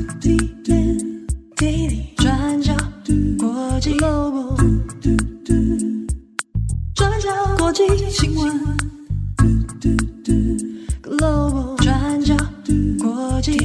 转角国际 Global 转角国际新闻 Global 转角国际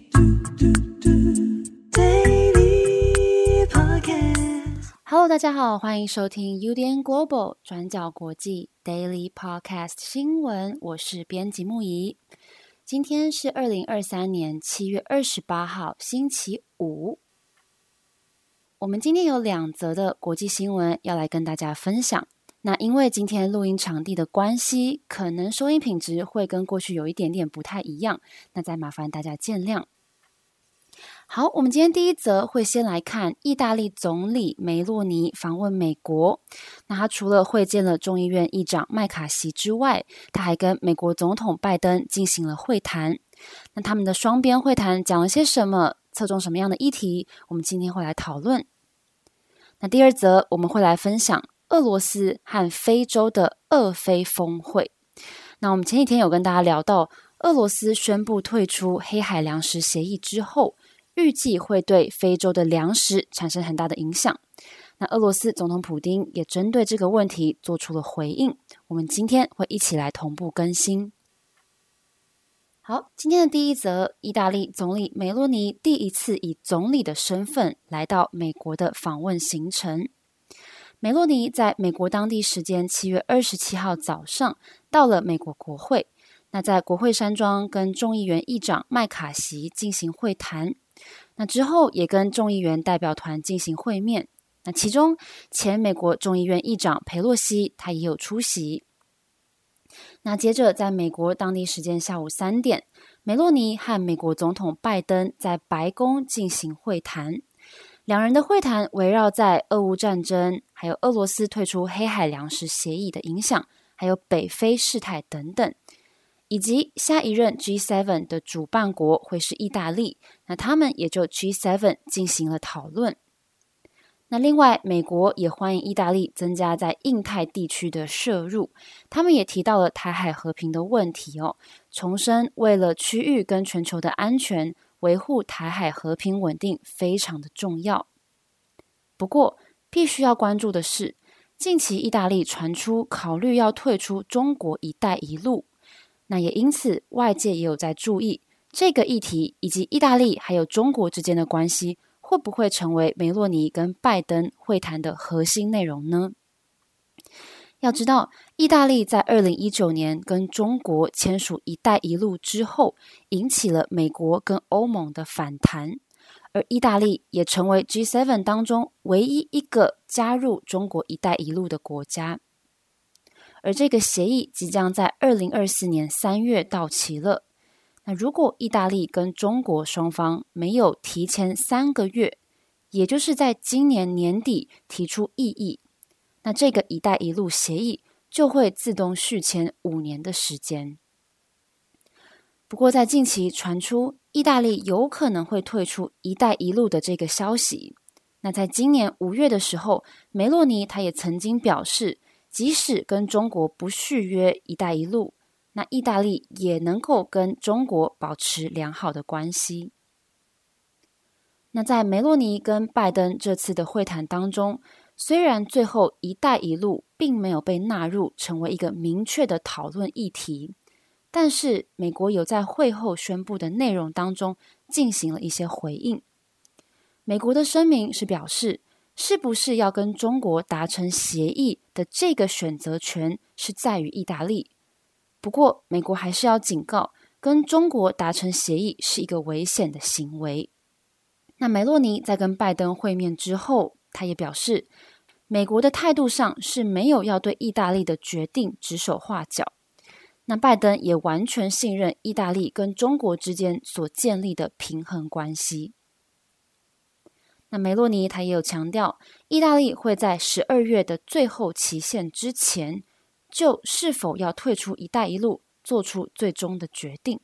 Daily Podcast。Hello， 大家好，欢迎收听 UDN Global 转角国际 Daily Podcast 新闻，我是编辑木仪。今天是2023年7月28号，星期五。我们今天有2则的国际新闻要来跟大家分享。那因为今天录音场地的关系，可能收音品质会跟过去有一点点不太一样，那再麻烦大家见谅。好，我们今天第一则会先来看意大利总理梅洛尼访问美国。那他除了会见了众议院议长麦卡锡之外，他还跟美国总统拜登进行了会谈。那他们的双边会谈讲了些什么？侧重什么样的议题？我们今天会来讨论。那第二则我们会来分享俄罗斯和非洲的俄非峰会。那我们前几天有跟大家聊到，俄罗斯宣布退出黑海粮食协议之后，预计会对非洲的粮食产生很大的影响。那俄罗斯总统普丁也针对这个问题做出了回应，我们今天会一起来同步更新。好，今天的第一则，意大利总理梅洛尼第一次以总理的身份来到美国的访问行程。梅洛尼在美国当地时间7月27号早上到了美国国会，那在国会山庄跟众议员议长麦卡锡进行会谈，那之后也跟众议员代表团进行会面，那其中前美国众议院议长裴洛西他也有出席。那接着在美国当地时间下午3点，梅洛尼和美国总统拜登在白宫进行会谈，两人的会谈围绕在俄乌战争，还有俄罗斯退出黑海粮食协议的影响，还有北非事态等等，以及下一任 G7 的主办国会是意大利，那他们也就 G7 进行了讨论。那另外，美国也欢迎意大利增加在印太地区的涉入，他们也提到了台海和平的问题重申为了区域跟全球的安全，维护台海和平稳定非常的重要。不过，必须要关注的是，近期意大利传出考虑要退出中国一带一路，那也因此外界也有在注意这个议题，以及意大利还有中国之间的关系会不会成为梅洛尼跟拜登会谈的核心内容呢？要知道，意大利在2019年跟中国签署一带一路之后，引起了美国跟欧盟的反弹，而意大利也成为 G7 当中唯一一个加入中国一带一路的国家。而这个协议即将在2024年3月到期了。那如果意大利跟中国双方没有提前3个月，也就是在今年年底提出异议，那这个一带一路协议就会自动续签5年的时间。不过在近期传出意大利有可能会退出一带一路的这个消息，那在今年5月的时候，梅洛尼他也曾经表示，即使跟中国不续约一带一路，那意大利也能够跟中国保持良好的关系。那在梅洛尼跟拜登这次的会谈当中，虽然最后一带一路并没有被纳入成为一个明确的讨论议题，但是美国有在会后宣布的内容当中进行了一些回应。美国的声明是表示，是不是要跟中国达成协议的这个选择权是在于意大利。不过，美国还是要警告，跟中国达成协议是一个危险的行为。那梅洛尼在跟拜登会面之后，他也表示，美国的态度上是没有要对意大利的决定指手画脚。那拜登也完全信任意大利跟中国之间所建立的平衡关系。那梅洛尼他也有强调，意大利会在12月的最后期限之前，就是否要退出一带一路做出最终的决定。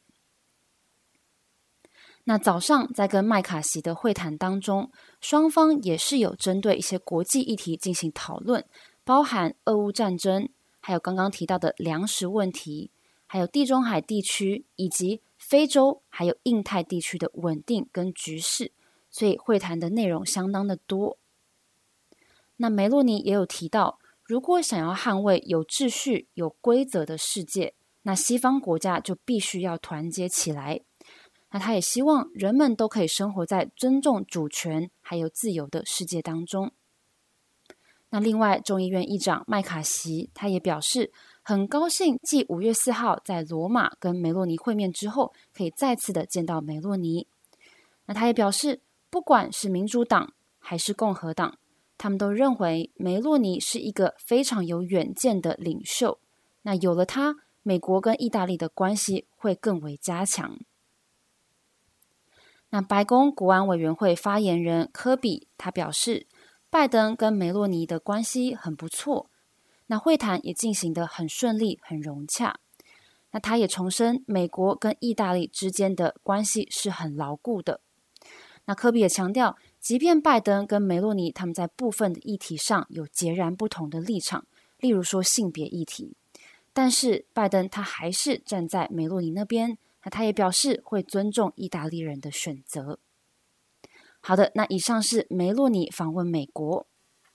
那早上在跟麦卡锡的会谈当中，双方也是有针对一些国际议题进行讨论，包含俄乌战争，还有刚刚提到的粮食问题，还有地中海地区以及非洲还有印太地区的稳定跟局势，所以会谈的内容相当的多。那梅洛尼也有提到，如果想要捍卫有秩序、有规则的世界，那西方国家就必须要团结起来。那他也希望人们都可以生活在尊重主权还有自由的世界当中。那另外，众议院议长麦卡锡他也表示，很高兴继5月4号在罗马跟梅洛尼会面之后，可以再次的见到梅洛尼。那他也表示，不管是民主党还是共和党，他们都认为梅洛尼是一个非常有远见的领袖。那有了他，美国跟意大利的关系会更为加强。那白宫国安委员会发言人科比他表示，拜登跟梅洛尼的关系很不错，那会谈也进行得很顺利、很融洽。那他也重申，美国跟意大利之间的关系是很牢固的。那科比也强调，即便拜登跟梅洛尼他们在部分的议题上有截然不同的立场，例如说性别议题，但是拜登他还是站在梅洛尼那边。那他也表示会尊重意大利人的选择。好的，那以上是梅洛尼访问美国。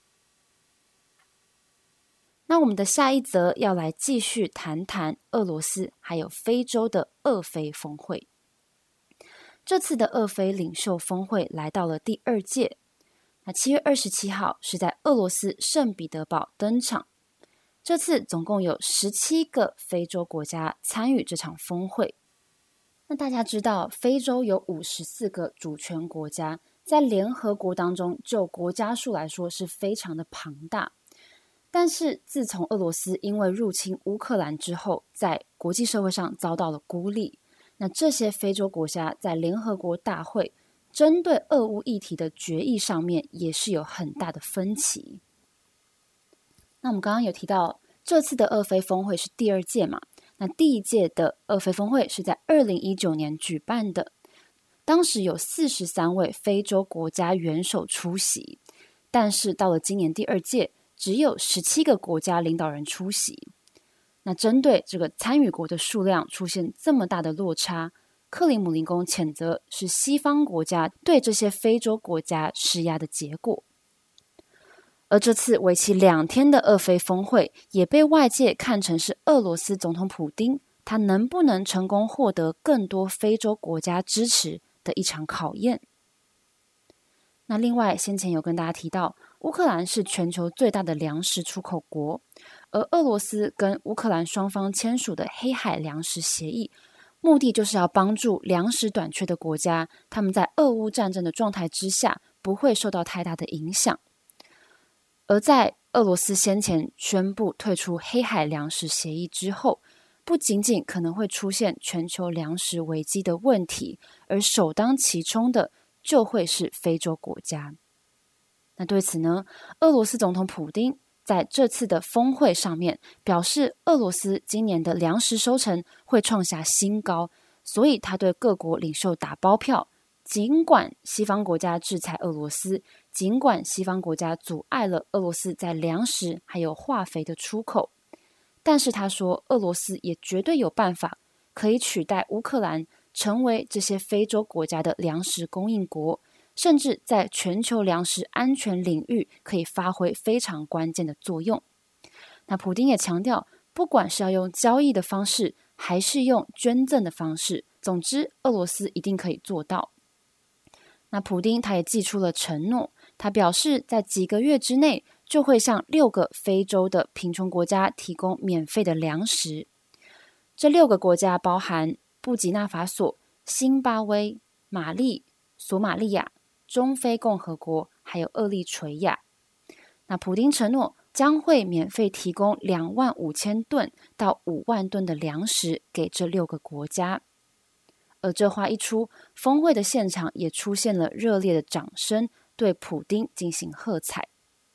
那我们的下一则要来继续谈谈俄罗斯还有非洲的俄非峰会。这次的俄非领袖峰会来到了第2届。那7月27号是在俄罗斯圣彼得堡登场。这次总共有17个非洲国家参与这场峰会。那大家知道，非洲有54个主权国家，在联合国当中，就国家数来说是非常的庞大。但是自从俄罗斯因为入侵乌克兰之后，在国际社会上遭到了孤立。那这些非洲国家在联合国大会针对俄乌议题的决议上面，也是有很大的分歧。那我们刚刚有提到，这次的俄非峰会是第2届嘛？那第1届的俄非峰会是在2019年举办的，当时有43位非洲国家元首出席，但是到了今年第2届，只有17个国家领导人出席。那针对这个参与国的数量出现这么大的落差，克里姆林宫谴责是西方国家对这些非洲国家施压的结果。而这次为期2天的俄非峰会，也被外界看成是俄罗斯总统普丁他能不能成功获得更多非洲国家支持的一场考验。那另外，先前有跟大家提到，乌克兰是全球最大的粮食出口国，而俄罗斯跟乌克兰双方签署的黑海粮食协议，目的就是要帮助粮食短缺的国家，他们在俄乌战争的状态之下，不会受到太大的影响。而在俄罗斯先前宣布退出黑海粮食协议之后，不仅仅可能会出现全球粮食危机的问题，而首当其冲的就会是非洲国家。那对此呢，俄罗斯总统普丁在这次的峰会上面表示，俄罗斯今年的粮食收成会创下新高，所以他对各国领袖打包票，尽管西方国家制裁俄罗斯，尽管西方国家阻碍了俄罗斯在粮食还有化肥的出口，但是他说，俄罗斯也绝对有办法可以取代乌克兰，成为这些非洲国家的粮食供应国，甚至在全球粮食安全领域可以发挥非常关键的作用。那普丁也强调，不管是要用交易的方式，还是用捐赠的方式，总之俄罗斯一定可以做到。那普丁他也寄出了承诺，他表示在几个月之内就会向6个非洲的贫穷国家提供免费的粮食。这6个国家包含布吉纳法索、辛巴威、马利、索马利亚、中非共和国还有厄立垂亚。那普丁承诺将会免费提供25000吨到5万吨的粮食给这6个国家。而这话一出，峰会的现场也出现了热烈的掌声，对普丁进行喝彩。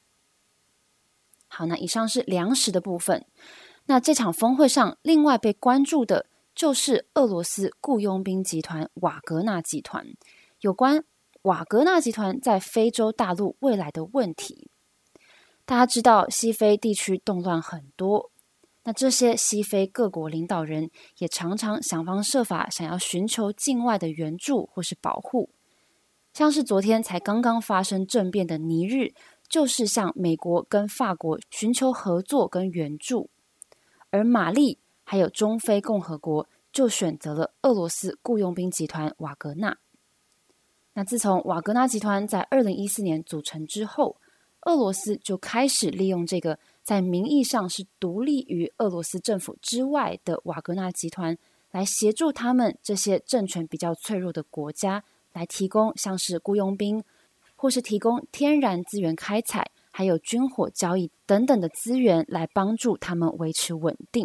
好，那以上是粮食的部分。那这场峰会上，另外被关注的就是俄罗斯雇佣兵集团瓦格纳集团，有关瓦格纳集团在非洲大陆未来的问题。大家知道，西非地区动乱很多， 那这些西非各国领导人也常常想方设法想要寻求境外的援助或是保护，像是昨天才刚刚发生政变的尼日，就是向美国跟法国寻求合作跟援助，而马利还有中非共和国就选择了俄罗斯雇佣兵集团瓦格纳。那自从瓦格纳集团在2014年组成之后，俄罗斯就开始利用这个在名义上是独立于俄罗斯政府之外的瓦格纳集团，来协助他们这些政权比较脆弱的国家，来提供像是雇佣兵，或是提供天然资源开采，还有军火交易等等的资源，来帮助他们维持稳定。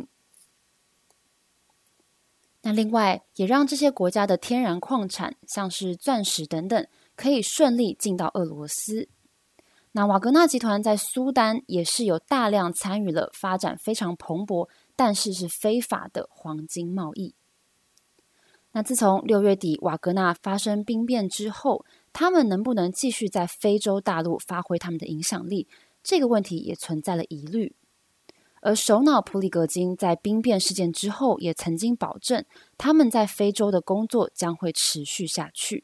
那另外也让这些国家的天然矿产，像是钻石等等，可以顺利进到俄罗斯。那瓦格纳集团在苏丹也是有大量参与了发展非常蓬勃，但是是非法的黄金贸易。那自从6月底瓦格纳发生兵变之后，他们能不能继续在非洲大陆发挥他们的影响力，这个问题也存在了疑虑。而首脑普里格金在兵变事件之后也曾经保证，他们在非洲的工作将会持续下去。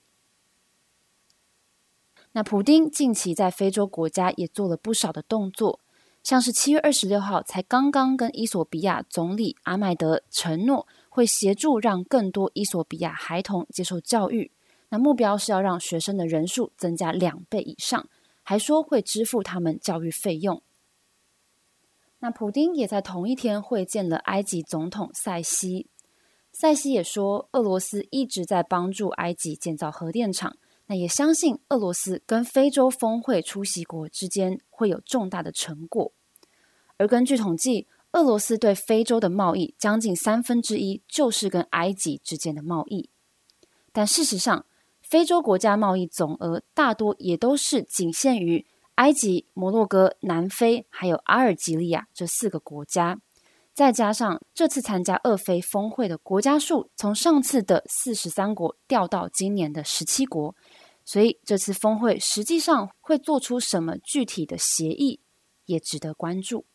那普丁近期在非洲国家也做了不少的动作，像是7月26号才刚刚跟伊索比亚总理阿麦德承诺会协助让更多伊索比亚孩童接受教育，那目标是要让学生的人数增加2倍以上，还说会支付他们教育费用。那普丁也在同一天会见了埃及总统塞西，塞西也说俄罗斯一直在帮助埃及建造核电厂，那也相信俄罗斯跟非洲峰会出席国之间会有重大的成果。而根据统计，俄罗斯对非洲的贸易将近1/3就是跟埃及之间的贸易，但事实上非洲国家贸易总额大多也都是仅限于埃及、摩洛哥、南非还有阿尔及利亚这4个国家，再加上这次参加俄非峰会的国家数从上次的43国掉到今年的17国，所以这次峰会实际上会做出什么具体的协议，也值得关注。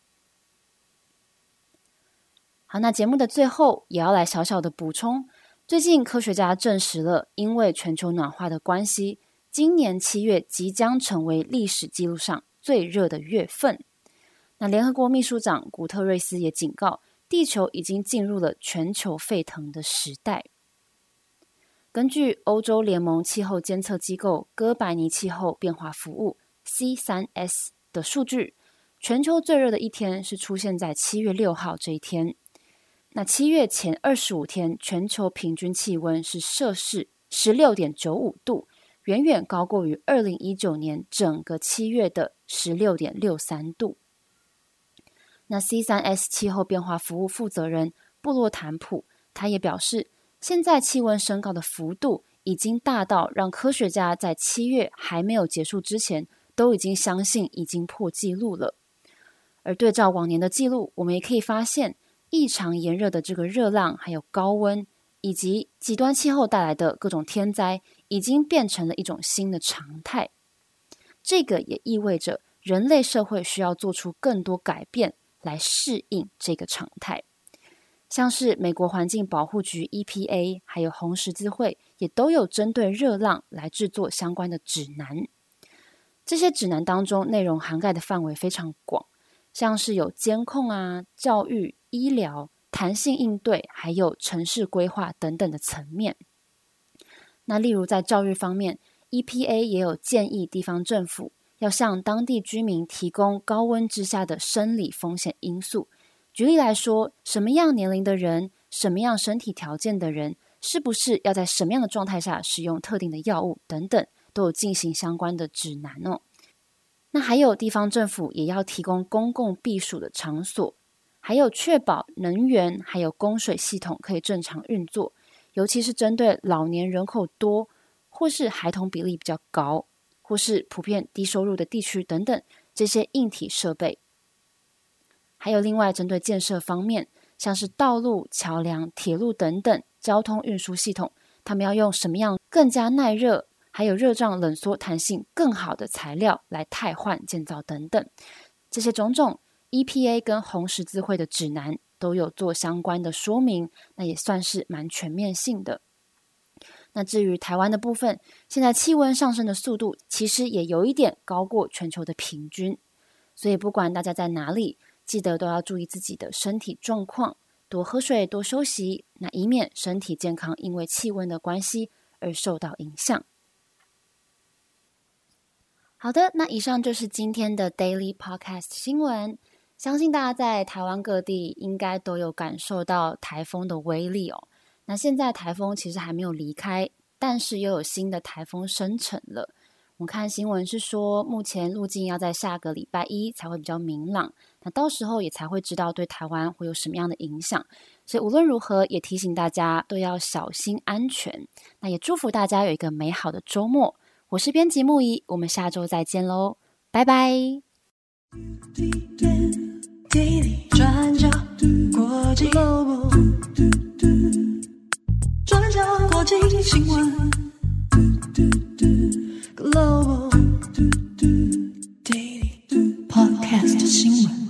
好，那节目的最后也要来小小的补充，最近科学家证实了，因为全球暖化的关系，今年7月即将成为历史记录上最热的月份。那联合国秘书长古特瑞斯也警告，地球已经进入了全球沸腾的时代。根据欧洲联盟气候监测机构哥白尼气候变化服务 C3S 的数据，全球最热的一天是出现在7月6号这一天。那7月前25天，全球平均气温是摄氏 16.95 度，远远高过于2019年整个7月的 16.63 度。那 C3S 气候变化服务负责人布洛坦普，他也表示，现在气温升高的幅度已经大到让科学家在7月还没有结束之前，都已经相信已经破纪录了。而对照往年的记录，我们也可以发现，异常炎热的这个热浪，还有高温，以及极端气候带来的各种天灾，已经变成了一种新的常态。这个也意味着人类社会需要做出更多改变来适应这个常态。像是美国环境保护局 EPA 还有红十字会也都有针对热浪来制作相关的指南。这些指南当中内容涵盖的范围非常广，像是有监控啊、教育、医疗、弹性应对，还有城市规划等等的层面。那例如在教育方面， EPA 也有建议地方政府要向当地居民提供高温之下的生理风险因素。举例来说，什么样年龄的人，什么样身体条件的人，是不是要在什么样的状态下使用特定的药物等等，都有进行相关的指南哦。那还有地方政府也要提供公共避暑的场所，还有确保能源还有供水系统可以正常运作，尤其是针对老年人口多，或是孩童比例比较高，或是普遍低收入的地区等等，这些硬体设备。还有另外针对建设方面，像是道路、桥梁、铁路等等交通运输系统，他们要用什么样更加耐热，还有热胀冷缩弹性更好的材料来汰换建造等等，这些种种 EPA 跟红十字会的指南都有做相关的说明，那也算是蛮全面性的。那至于台湾的部分，现在气温上升的速度其实也有一点高过全球的平均，所以不管大家在哪里，记得都要注意自己的身体状况，多喝水，多休息，那以免身体健康因为气温的关系而受到影响。好的，那以上就是今天的 Daily Podcast 新闻。相信大家在台湾各地应该都有感受到台风的威力哦。那现在台风其实还没有离开，但是又有新的台风生成了。我看新闻是说，目前路径要在下个礼拜一才会比较明朗，那到时候也才会知道对台湾会有什么样的影响。所以无论如何，也提醒大家都要小心安全。那也祝福大家有一个美好的周末。我是编辑木仪，我们下周再见喽，拜拜。转角国际 转角国际新闻 Global Daily Podcast 新闻